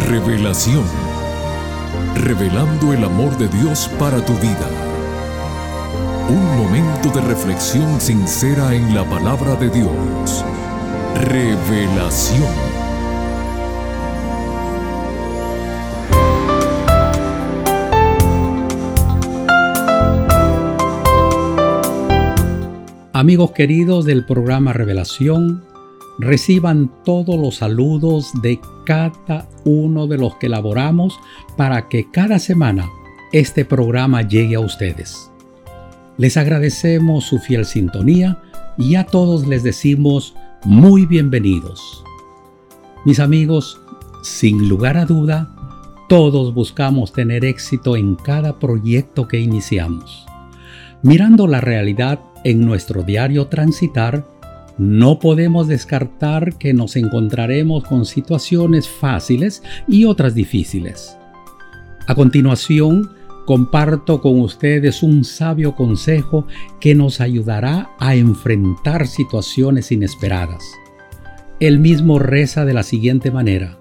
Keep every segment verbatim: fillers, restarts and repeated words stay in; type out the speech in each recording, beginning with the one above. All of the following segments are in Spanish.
Revelación. Revelando el amor de Dios para tu vida. Un momento de reflexión sincera en la palabra de Dios. Revelación. Amigos queridos del programa Revelación, reciban todos los saludos de cada uno de los que elaboramos para que cada semana este programa llegue a ustedes. Les agradecemos su fiel sintonía y a todos les decimos muy bienvenidos. Mis amigos, sin lugar a duda, todos buscamos tener éxito en cada proyecto que iniciamos. Mirando la realidad en nuestro diario transitar, no podemos descartar que nos encontraremos con situaciones fáciles y otras difíciles. A continuación, comparto con ustedes un sabio consejo que nos ayudará a enfrentar situaciones inesperadas. Él mismo reza de la siguiente manera: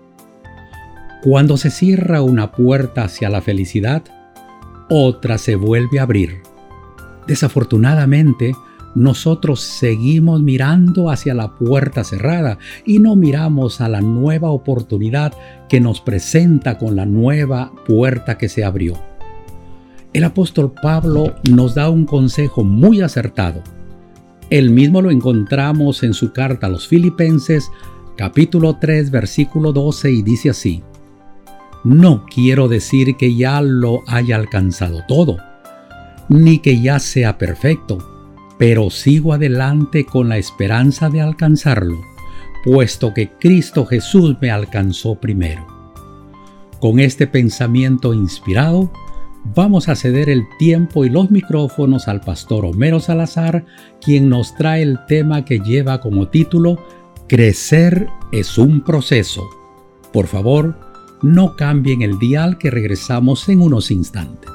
cuando se cierra una puerta hacia la felicidad, otra se vuelve a abrir. Desafortunadamente, nosotros seguimos mirando hacia la puerta cerrada y no miramos a la nueva oportunidad que nos presenta con la nueva puerta que se abrió. El apóstol Pablo nos da un consejo muy acertado. Él mismo lo encontramos en su carta a los Filipenses, capítulo tres, versículo doce, y dice así: no quiero decir que ya lo haya alcanzado todo, ni que ya sea perfecto, pero sigo adelante con la esperanza de alcanzarlo, puesto que Cristo Jesús me alcanzó primero. Con este pensamiento inspirado, vamos a ceder el tiempo y los micrófonos al pastor Homero Salazar, quien nos trae el tema que lleva como título Crecer es un proceso. Por favor, no cambien el dial, que regresamos en unos instantes.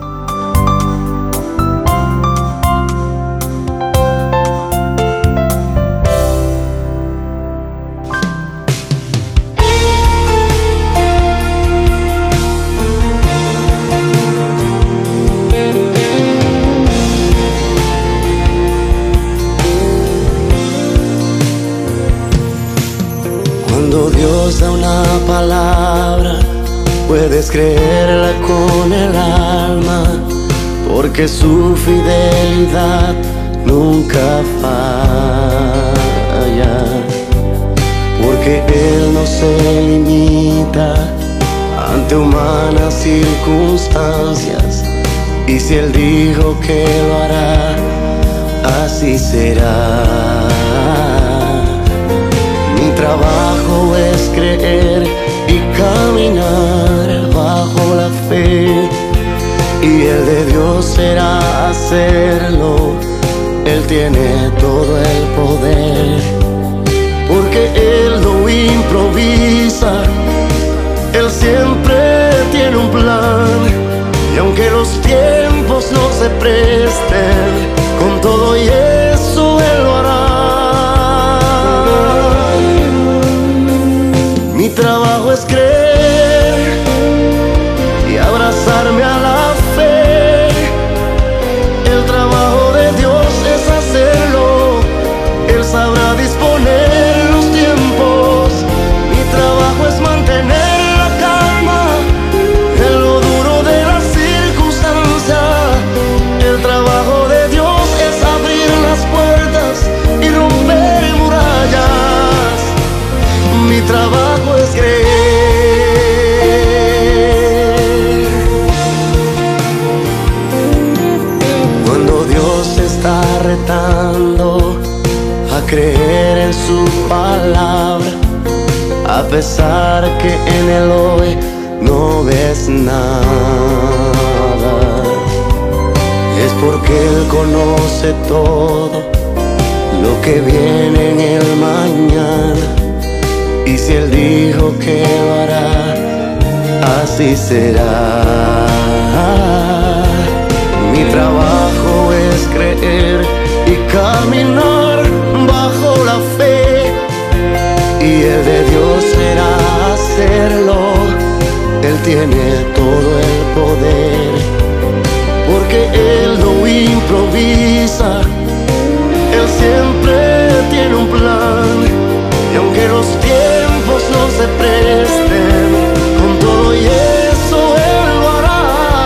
Cuando Dios da una palabra, puedes creerla con el alma, porque su fidelidad nunca falla, porque Él no se limita ante humanas circunstancias, y si Él dijo que lo hará, así será. Mi trabajo es creer y caminar bajo la fe, y el de Dios será hacerlo. Él tiene todo el poder, porque Él no improvisa, Él siempre tiene un plan, y aunque los tiempos no se presten, con todo y eso Él lo hará. Mi trabajo es creer y abrazarme a la fe. El trabajo de Dios es hacerlo. Él sabrá disponer los tiempos. Mi trabajo es mantener la calma en lo duro de la circunstancia. El trabajo de Dios es abrir las puertas y romper murallas. Mi trabajo es creer. Cuando Dios te está retando a creer en su palabra, a pesar que en el hoy no ves nada, es porque Él conoce todo lo que viene en el mañana, y si Él dijo que lo hará, así será. Mi trabajo es creer y caminar bajo la fe, y el de Dios será hacerlo. tiene todo el poder, porque Él no improvisa, Él siempre tiene un plan, y aunque los tiempos no se presten, con todo y eso Él lo hará.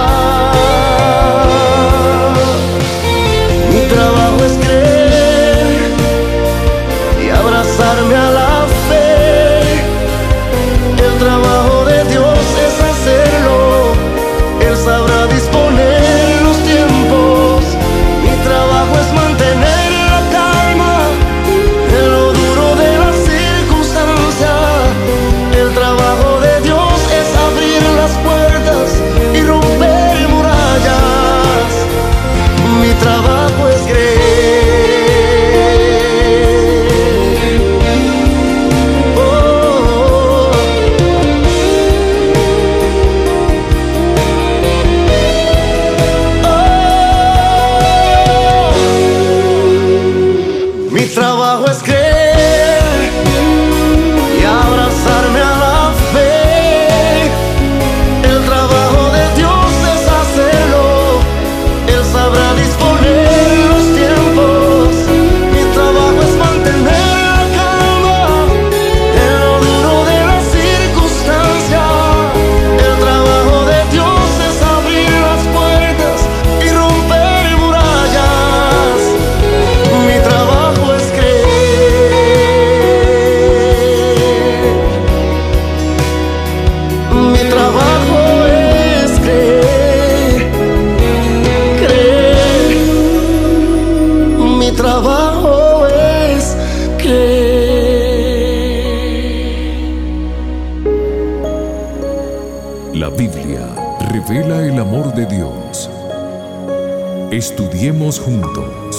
Mi trabajo es creer y abrazarme a la fe. El trabajo de Dios es hacerlo, Él sabrá disponer los tiempos. Mi trabajo es mantener la calma en lo duro de la circunstancia. El trabajo de Dios es abrir las puertas y romper murallas. Mi trabajo es creer. Mi trabajo es creer y abrazarme a la fe. El trabajo de Dios es hacerlo, Él sabrá disponer los tiempos. Mi trabajo es mantener la calma en lo duro de la circunstancia. El trabajo de Dios es abrir las puertas y romper murallas. Mi trabajo es creer. Mi trabajo es creer, creer. Mi trabajo es creer. La Biblia revela el amor de Dios. Estudiemos juntos.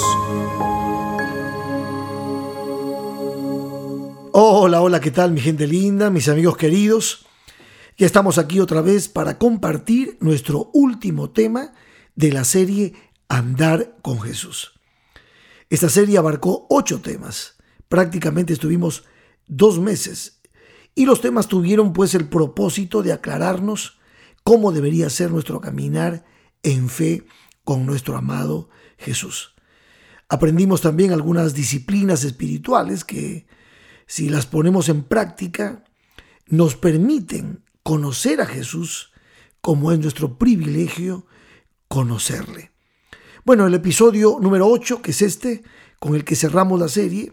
Hola, hola, ¿qué tal mi gente linda, mis amigos queridos? Ya estamos aquí otra vez para compartir nuestro último tema de la serie Andar con Jesús. Esta serie abarcó ocho temas. Prácticamente estuvimos dos meses y los temas tuvieron pues el propósito de aclararnos cómo debería ser nuestro caminar en fe con nuestro amado Jesús. Aprendimos también algunas disciplinas espirituales que, si las ponemos en práctica, nos permiten conocer a Jesús como es nuestro privilegio conocerle. Bueno, el episodio número ocho, que es este, con el que cerramos la serie,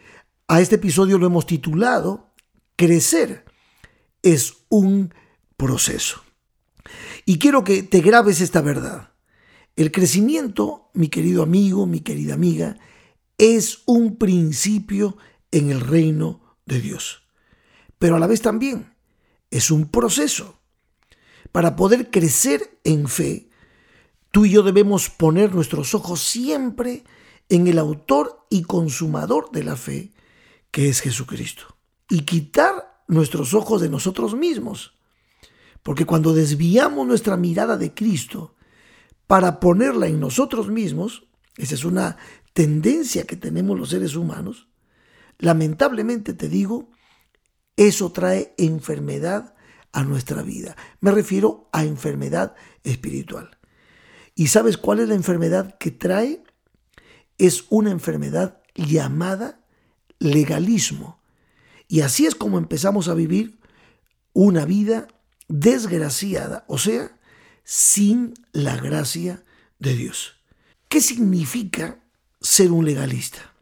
a este episodio lo hemos titulado Crecer es un proceso. Y quiero que te grabes esta verdad. El crecimiento, mi querido amigo, mi querida amiga, es un principio en el reino de Dios. Pero a la vez también es un proceso. Para poder crecer en fe, tú y yo debemos poner nuestros ojos siempre en el autor y consumador de la fe, que es Jesucristo. Y quitar nuestros ojos de nosotros mismos. Porque cuando desviamos nuestra mirada de Cristo para ponerla en nosotros mismos, esa es una tendencia que tenemos los seres humanos, lamentablemente te digo, eso trae enfermedad a nuestra vida. Me refiero a enfermedad espiritual. ¿Y sabes cuál es la enfermedad que trae? Es una enfermedad llamada legalismo. Y así es como empezamos a vivir una vida desgraciada, o sea, sin la gracia de Dios. ¿Qué significa ser un legalista?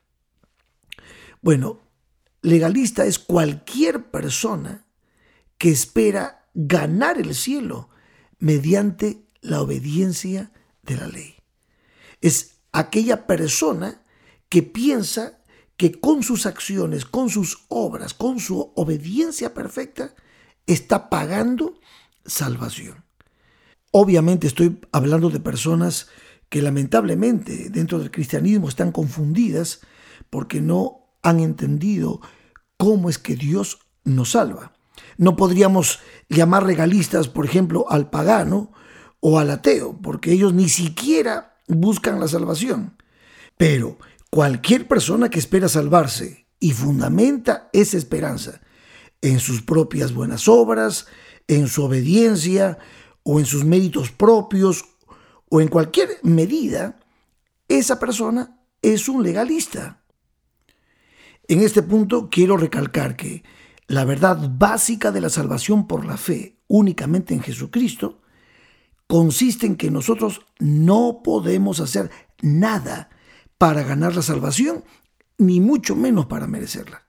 Bueno, legalista es cualquier persona que espera ganar el cielo mediante la obediencia de la ley. Es aquella persona que piensa que con sus acciones, con sus obras, con su obediencia perfecta, está pagando salvación. Obviamente estoy hablando de personas que lamentablemente dentro del cristianismo están confundidas porque no han entendido cómo es que Dios nos salva. No podríamos llamar legalistas, por ejemplo, al pagano o al ateo, porque ellos ni siquiera buscan la salvación. Pero cualquier persona que espera salvarse y fundamenta esa esperanza en sus propias buenas obras, en su obediencia o en sus méritos propios o en cualquier medida, esa persona es un legalista. En este punto quiero recalcar que la verdad básica de la salvación por la fe únicamente en Jesucristo consiste en que nosotros no podemos hacer nada para ganar la salvación, ni mucho menos para merecerla.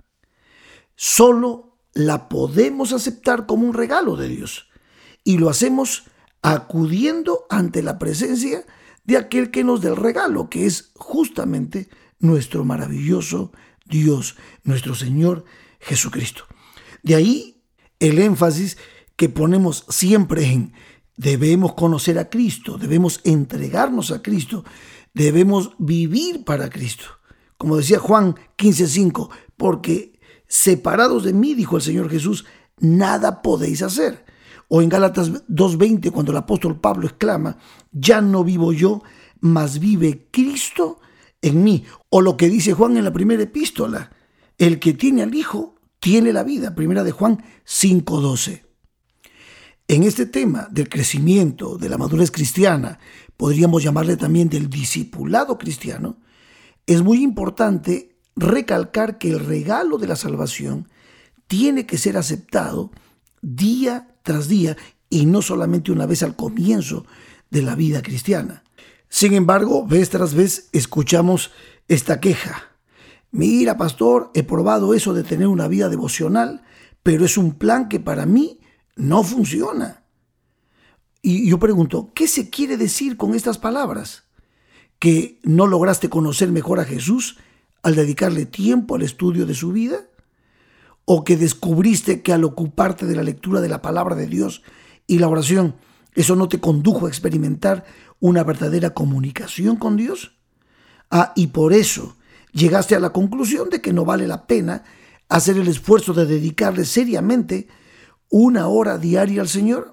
Solo la podemos aceptar como un regalo de Dios, y lo hacemos acudiendo ante la presencia de aquel que nos da el regalo, que es justamente nuestro maravilloso Dios, nuestro Señor Jesucristo. De ahí el énfasis que ponemos siempre en debemos conocer a Cristo, debemos entregarnos a Cristo, debemos vivir para Cristo. Como decía Juan quince cinco, porque separados de mí, dijo el Señor Jesús, nada podéis hacer. O en Gálatas dos veinte, cuando el apóstol Pablo exclama, ya no vivo yo, mas vive Cristo en mí. O lo que dice Juan en la primera epístola, el que tiene al Hijo tiene la vida, primera de Juan cinco doce. En este tema del crecimiento, de la madurez cristiana, podríamos llamarle también del discipulado cristiano, es muy importante recalcar que el regalo de la salvación tiene que ser aceptado día tras día y no solamente una vez al comienzo de la vida cristiana. Sin embargo, vez tras vez escuchamos esta queja. Mira, pastor, he probado eso de tener una vida devocional, pero es un plan que para mí no funciona. Y yo pregunto, ¿qué se quiere decir con estas palabras? ¿Que no lograste conocer mejor a Jesús al dedicarle tiempo al estudio de su vida? ¿O que descubriste que al ocuparte de la lectura de la palabra de Dios y la oración, eso no te condujo a experimentar una verdadera comunicación con Dios? Ah, y por eso llegaste a la conclusión de que no vale la pena hacer el esfuerzo de dedicarle seriamente una hora diaria al Señor.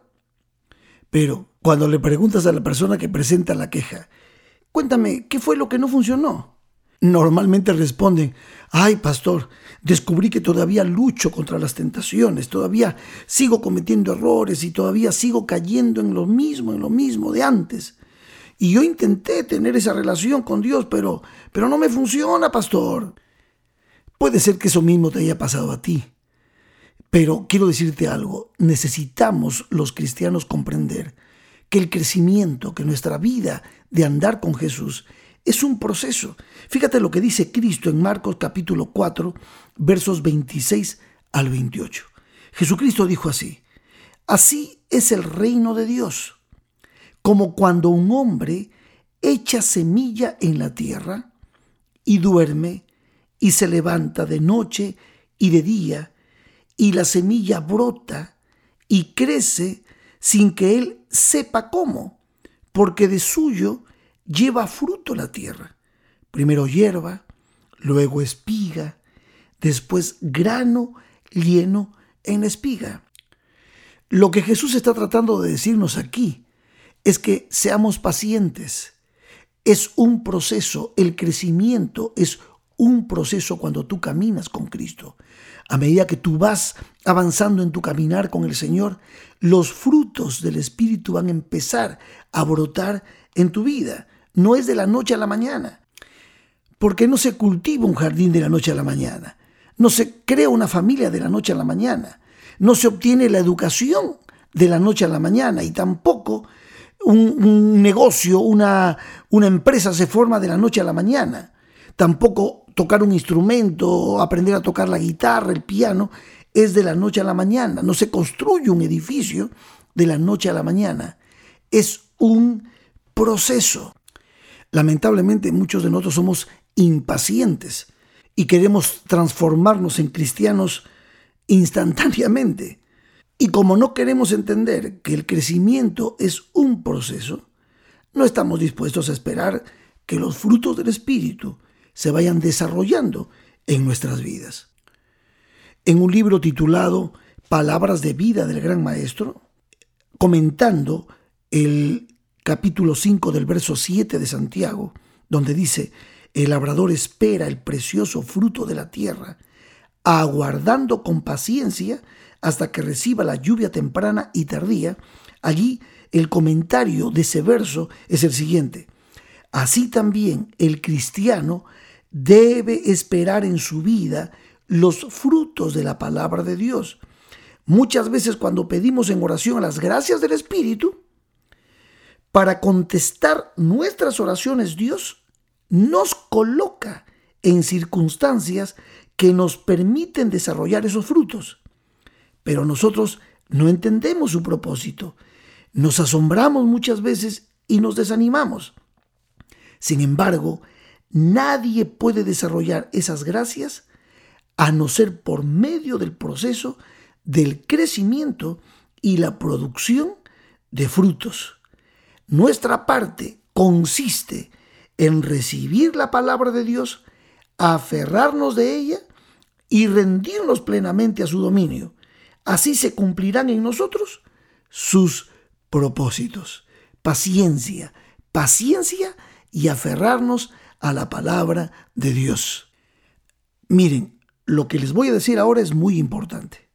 Pero cuando le preguntas a la persona que presenta la queja, cuéntame, ¿qué fue lo que no funcionó? Normalmente responden, ay, pastor, descubrí que todavía lucho contra las tentaciones, todavía sigo cometiendo errores y todavía sigo cayendo en lo mismo, en lo mismo de antes. Y yo intenté tener esa relación con Dios, pero, pero no me funciona, pastor. Puede ser que eso mismo te haya pasado a ti. Pero quiero decirte algo, necesitamos los cristianos comprender que el crecimiento, que nuestra vida de andar con Jesús es un proceso. Fíjate lo que dice Cristo en Marcos capítulo cuatro, versos veintiséis al veintiocho. Jesucristo dijo así, así es el reino de Dios, como cuando un hombre echa semilla en la tierra y duerme y se levanta de noche y de día, y la semilla brota y crece sin que él sepa cómo, porque de suyo lleva fruto la tierra. Primero hierba, luego espiga, después grano lleno en la espiga. Lo que Jesús está tratando de decirnos aquí es que seamos pacientes. Es un proceso, el crecimiento es un proceso cuando tú caminas con Cristo. A medida que tú vas avanzando en tu caminar con el Señor, los frutos del Espíritu van a empezar a brotar en tu vida. No es de la noche a la mañana, porque no se cultiva un jardín de la noche a la mañana. No se crea una familia de la noche a la mañana. No se obtiene la educación de la noche a la mañana y tampoco un, un negocio, una, una empresa se forma de la noche a la mañana. Tampoco tocar un instrumento, aprender a tocar la guitarra, el piano, es de la noche a la mañana. No se construye un edificio de la noche a la mañana. Es un proceso. Lamentablemente muchos de nosotros somos impacientes y queremos transformarnos en cristianos instantáneamente. Y como no queremos entender que el crecimiento es un proceso, no estamos dispuestos a esperar que los frutos del Espíritu se vayan desarrollando en nuestras vidas. En un libro titulado Palabras de vida del Gran Maestro, comentando el capítulo cinco del verso siete de Santiago, donde dice, el labrador espera el precioso fruto de la tierra, aguardando con paciencia hasta que reciba la lluvia temprana y tardía. Allí el comentario de ese verso es el siguiente: así también el cristiano debe esperar en su vida los frutos de la palabra de Dios. Muchas veces cuando pedimos en oración las gracias del Espíritu, para contestar nuestras oraciones, Dios nos coloca en circunstancias que nos permiten desarrollar esos frutos. Pero nosotros no entendemos su propósito. Nos asombramos muchas veces y nos desanimamos. Sin embargo, nadie puede desarrollar esas gracias a no ser por medio del proceso del crecimiento y la producción de frutos. Nuestra parte consiste en recibir la palabra de Dios, aferrarnos de ella y rendirnos plenamente a su dominio. Así se cumplirán en nosotros sus propósitos. Paciencia, paciencia y aferrarnos a la palabra de Dios. Miren, lo que les voy a decir ahora es muy importante.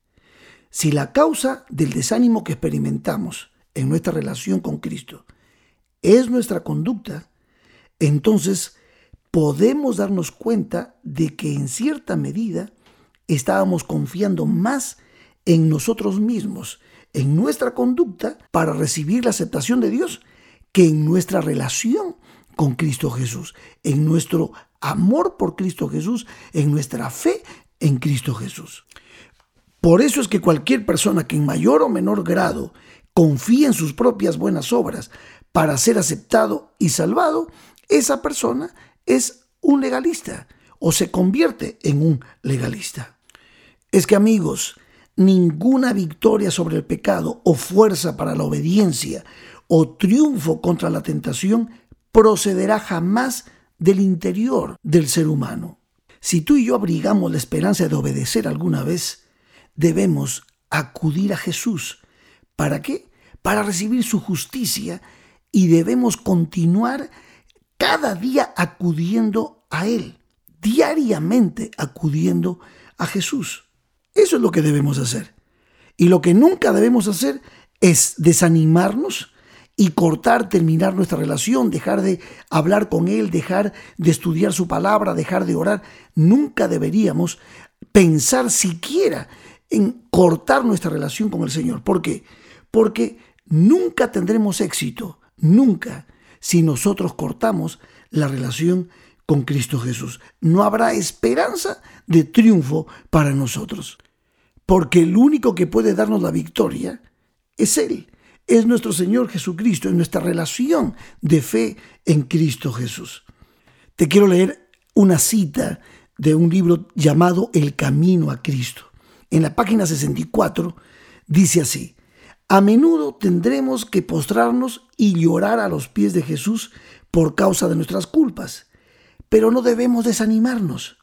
Si la causa del desánimo que experimentamos en nuestra relación con Cristo es nuestra conducta, entonces podemos darnos cuenta de que en cierta medida estábamos confiando más en nosotros mismos, en nuestra conducta para recibir la aceptación de Dios, que en nuestra relación con Cristo Jesús, en nuestro amor por Cristo Jesús, en nuestra fe en Cristo Jesús. Por eso es que cualquier persona que en mayor o menor grado confía en sus propias buenas obras para ser aceptado y salvado, esa persona es un legalista o se convierte en un legalista. Es que, amigos, ninguna victoria sobre el pecado o fuerza para la obediencia o triunfo contra la tentación procederá jamás del interior del ser humano. Si tú y yo abrigamos la esperanza de obedecer alguna vez, debemos acudir a Jesús. ¿Para qué? Para recibir su justicia, y debemos continuar cada día acudiendo a Él, diariamente acudiendo a Jesús. Eso es lo que debemos hacer. Y lo que nunca debemos hacer es desanimarnos y cortar, terminar nuestra relación, dejar de hablar con Él, dejar de estudiar su palabra, dejar de orar. Nunca deberíamos pensar siquiera en cortar nuestra relación con el Señor. ¿Por qué? Porque nunca tendremos éxito, nunca, si nosotros cortamos la relación con Cristo Jesús. No habrá esperanza de triunfo para nosotros, porque el único que puede darnos la victoria es Él, es nuestro Señor Jesucristo, en nuestra relación de fe en Cristo Jesús. Te quiero leer una cita de un libro llamado El Camino a Cristo. En la página sesenta y cuatro dice así: a menudo tendremos que postrarnos y llorar a los pies de Jesús por causa de nuestras culpas, pero no debemos desanimarnos.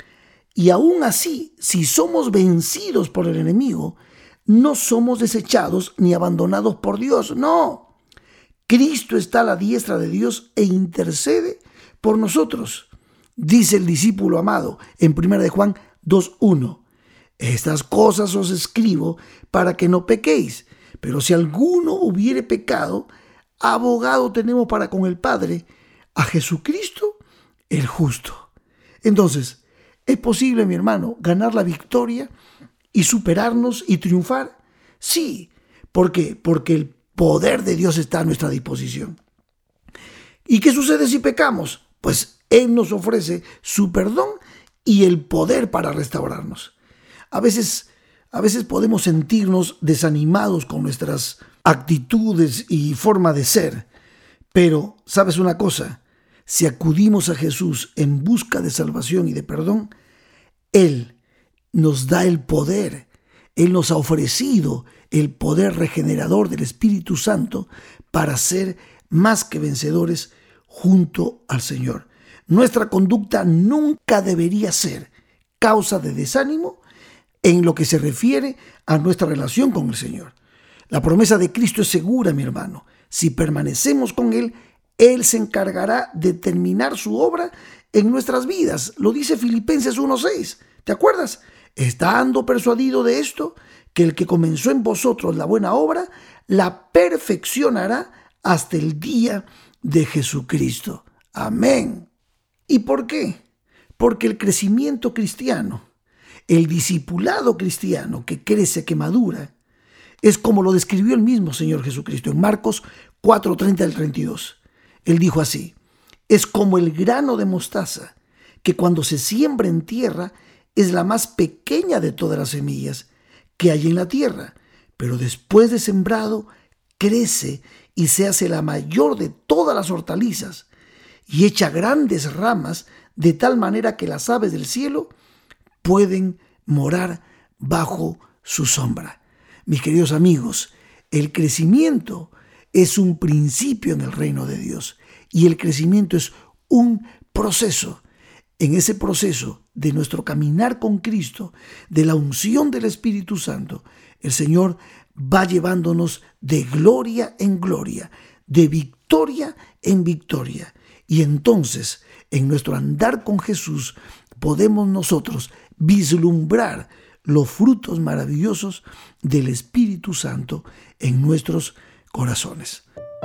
Y aún así, si somos vencidos por el enemigo, no somos desechados ni abandonados por Dios. No, Cristo está a la diestra de Dios e intercede por nosotros. Dice el discípulo amado en primera de Juan dos uno: estas cosas os escribo para que no pequéis. Pero si alguno hubiere pecado, abogado tenemos para con el Padre, a Jesucristo el justo. Entonces, ¿es posible, mi hermano, ganar la victoria y superarnos y triunfar? Sí. ¿Por qué? Porque el poder de Dios está a nuestra disposición. ¿Y qué sucede si pecamos? Pues Él nos ofrece su perdón y el poder para restaurarnos. A veces A veces podemos sentirnos desanimados con nuestras actitudes y forma de ser. Pero, ¿sabes una cosa? Si acudimos a Jesús en busca de salvación y de perdón, Él nos da el poder. Él nos ha ofrecido el poder regenerador del Espíritu Santo para ser más que vencedores junto al Señor. Nuestra conducta nunca debería ser causa de desánimo en lo que se refiere a nuestra relación con el Señor. La promesa de Cristo es segura, mi hermano. Si permanecemos con Él, Él se encargará de terminar su obra en nuestras vidas. Lo dice Filipenses uno seis. ¿Te acuerdas? Estando persuadido de esto, que el que comenzó en vosotros la buena obra, la perfeccionará hasta el día de Jesucristo. Amén. ¿Y por qué? Porque el crecimiento cristiano, el discipulado cristiano que crece, que madura, es como lo describió el mismo Señor Jesucristo en Marcos cuatro, treinta al treinta y dos. Él dijo así: es como el grano de mostaza, que cuando se siembra en tierra es la más pequeña de todas las semillas que hay en la tierra, pero después de sembrado crece y se hace la mayor de todas las hortalizas y echa grandes ramas de tal manera que las aves del cielo pueden morar bajo su sombra. Mis queridos amigos, el crecimiento es un principio en el reino de Dios y el crecimiento es un proceso. En ese proceso de nuestro caminar con Cristo, de la unción del Espíritu Santo, el Señor va llevándonos de gloria en gloria, de victoria en victoria. Y entonces, en nuestro andar con Jesús, podemos nosotros vislumbrar los frutos maravillosos del Espíritu Santo en nuestros corazones.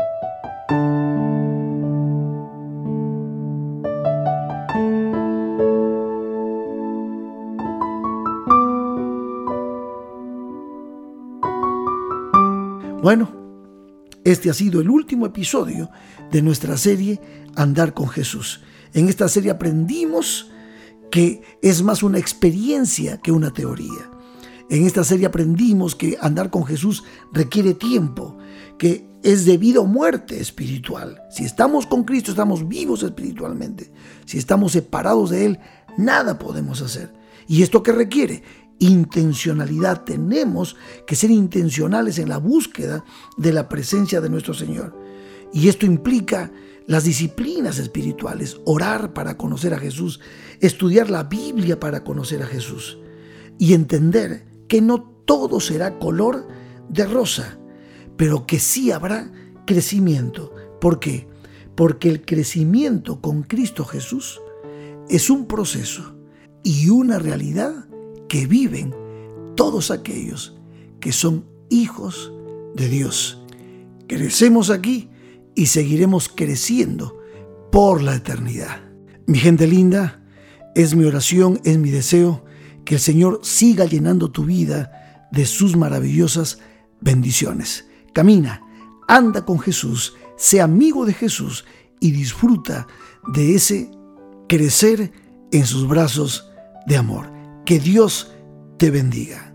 Bueno, este ha sido el último episodio de nuestra serie Andar con Jesús. En esta serie aprendimos que es más una experiencia que una teoría. En esta serie aprendimos que andar con Jesús requiere tiempo, que es de vida o muerte espiritual. Si estamos con Cristo, estamos vivos espiritualmente. Si estamos separados de Él, nada podemos hacer. ¿Y esto qué requiere? Intencionalidad. Tenemos que ser intencionales en la búsqueda de la presencia de nuestro Señor. Y esto implica las disciplinas espirituales, orar para conocer a Jesús, estudiar la Biblia para conocer a Jesús y entender que no todo será color de rosa, pero que sí habrá crecimiento. ¿Por qué? Porque el crecimiento con Cristo Jesús es un proceso y una realidad que viven todos aquellos que son hijos de Dios. Crecemos aquí y seguiremos creciendo por la eternidad. Mi gente linda, es mi oración, es mi deseo que el Señor siga llenando tu vida de sus maravillosas bendiciones. Camina, anda con Jesús, sé amigo de Jesús y disfruta de ese crecer en sus brazos de amor. Que Dios te bendiga.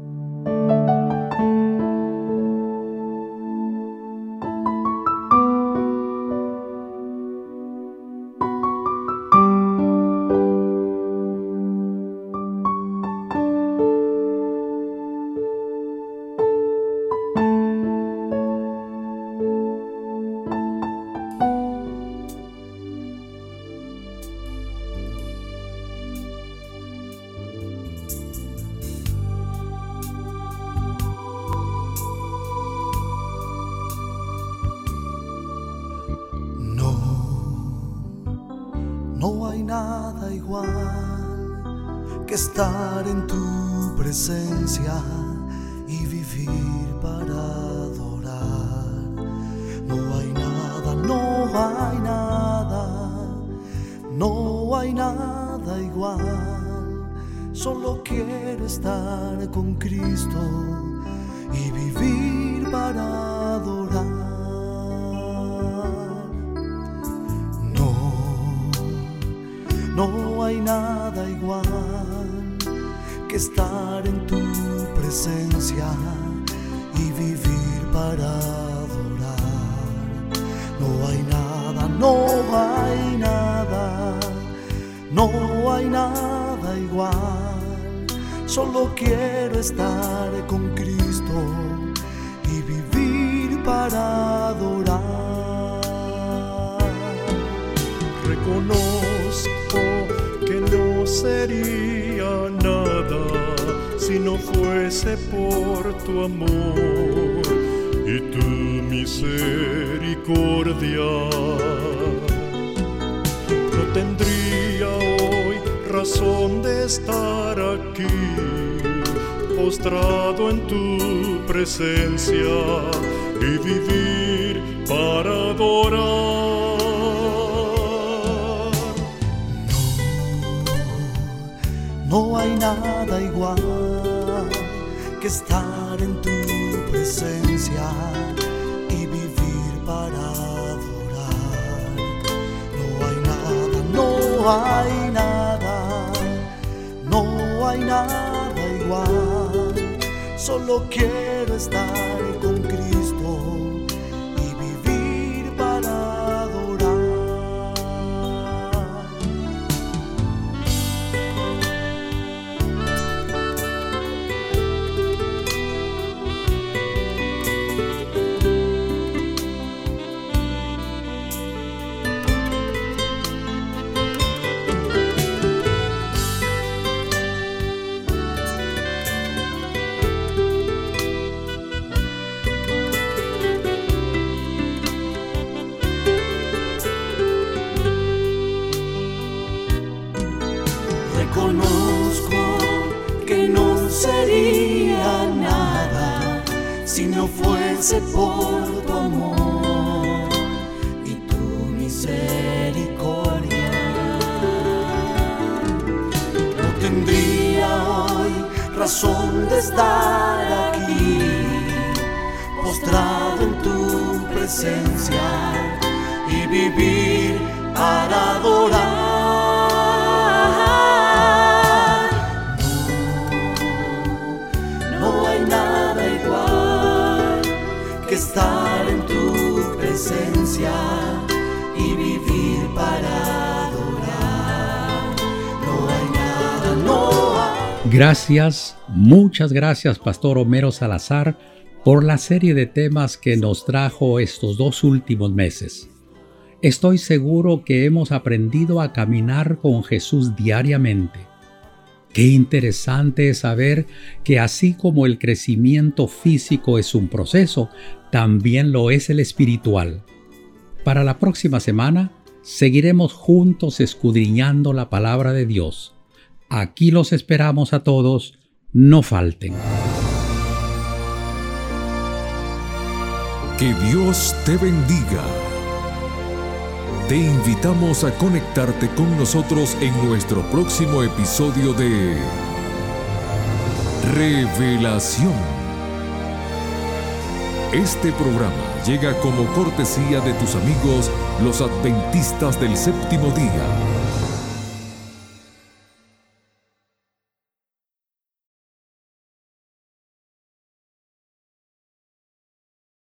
No hay nada igual que estar en tu presencia y vivir para adorar. No hay nada, no hay nada, no hay nada igual. Solo quiero estar con Cristo y vivir para adorar. No hay nada igual que estar en tu presencia y vivir para adorar. No hay nada, no hay nada, no hay nada igual. Solo quiero estar con Cristo y vivir para adorar. Reconozco que no sería nada si no fuese por tu amor y tu misericordia. No tendría hoy razón de estar aquí, postrado en tu presencia y vivir para adorar. No, no hay nada igual que estar en tu presencia y vivir para adorar. No hay nada, no hay nada, no hay nada igual. Solo quiero estar con Cristo y vivir para adorar. Reconozco que no sería nada si no fuese por tu amor y tu misericordia. No tendría hoy razón de estar aquí, postrado en tu presencia y vivir para adorar. Estar en tu presencia y vivir para adorar. No hay nada, no hay. Gracias, muchas gracias, Pastor Homero Salazar, por la serie de temas que nos trajo estos dos últimos meses. Estoy seguro que hemos aprendido a caminar con Jesús diariamente. Qué interesante es saber que así como el crecimiento físico es un proceso, también lo es el espiritual. Para la próxima semana, seguiremos juntos escudriñando la palabra de Dios. Aquí los esperamos a todos, no falten. Que Dios te bendiga. Te invitamos a conectarte con nosotros en nuestro próximo episodio de Revelación. Este programa llega como cortesía de tus amigos los adventistas del séptimo día.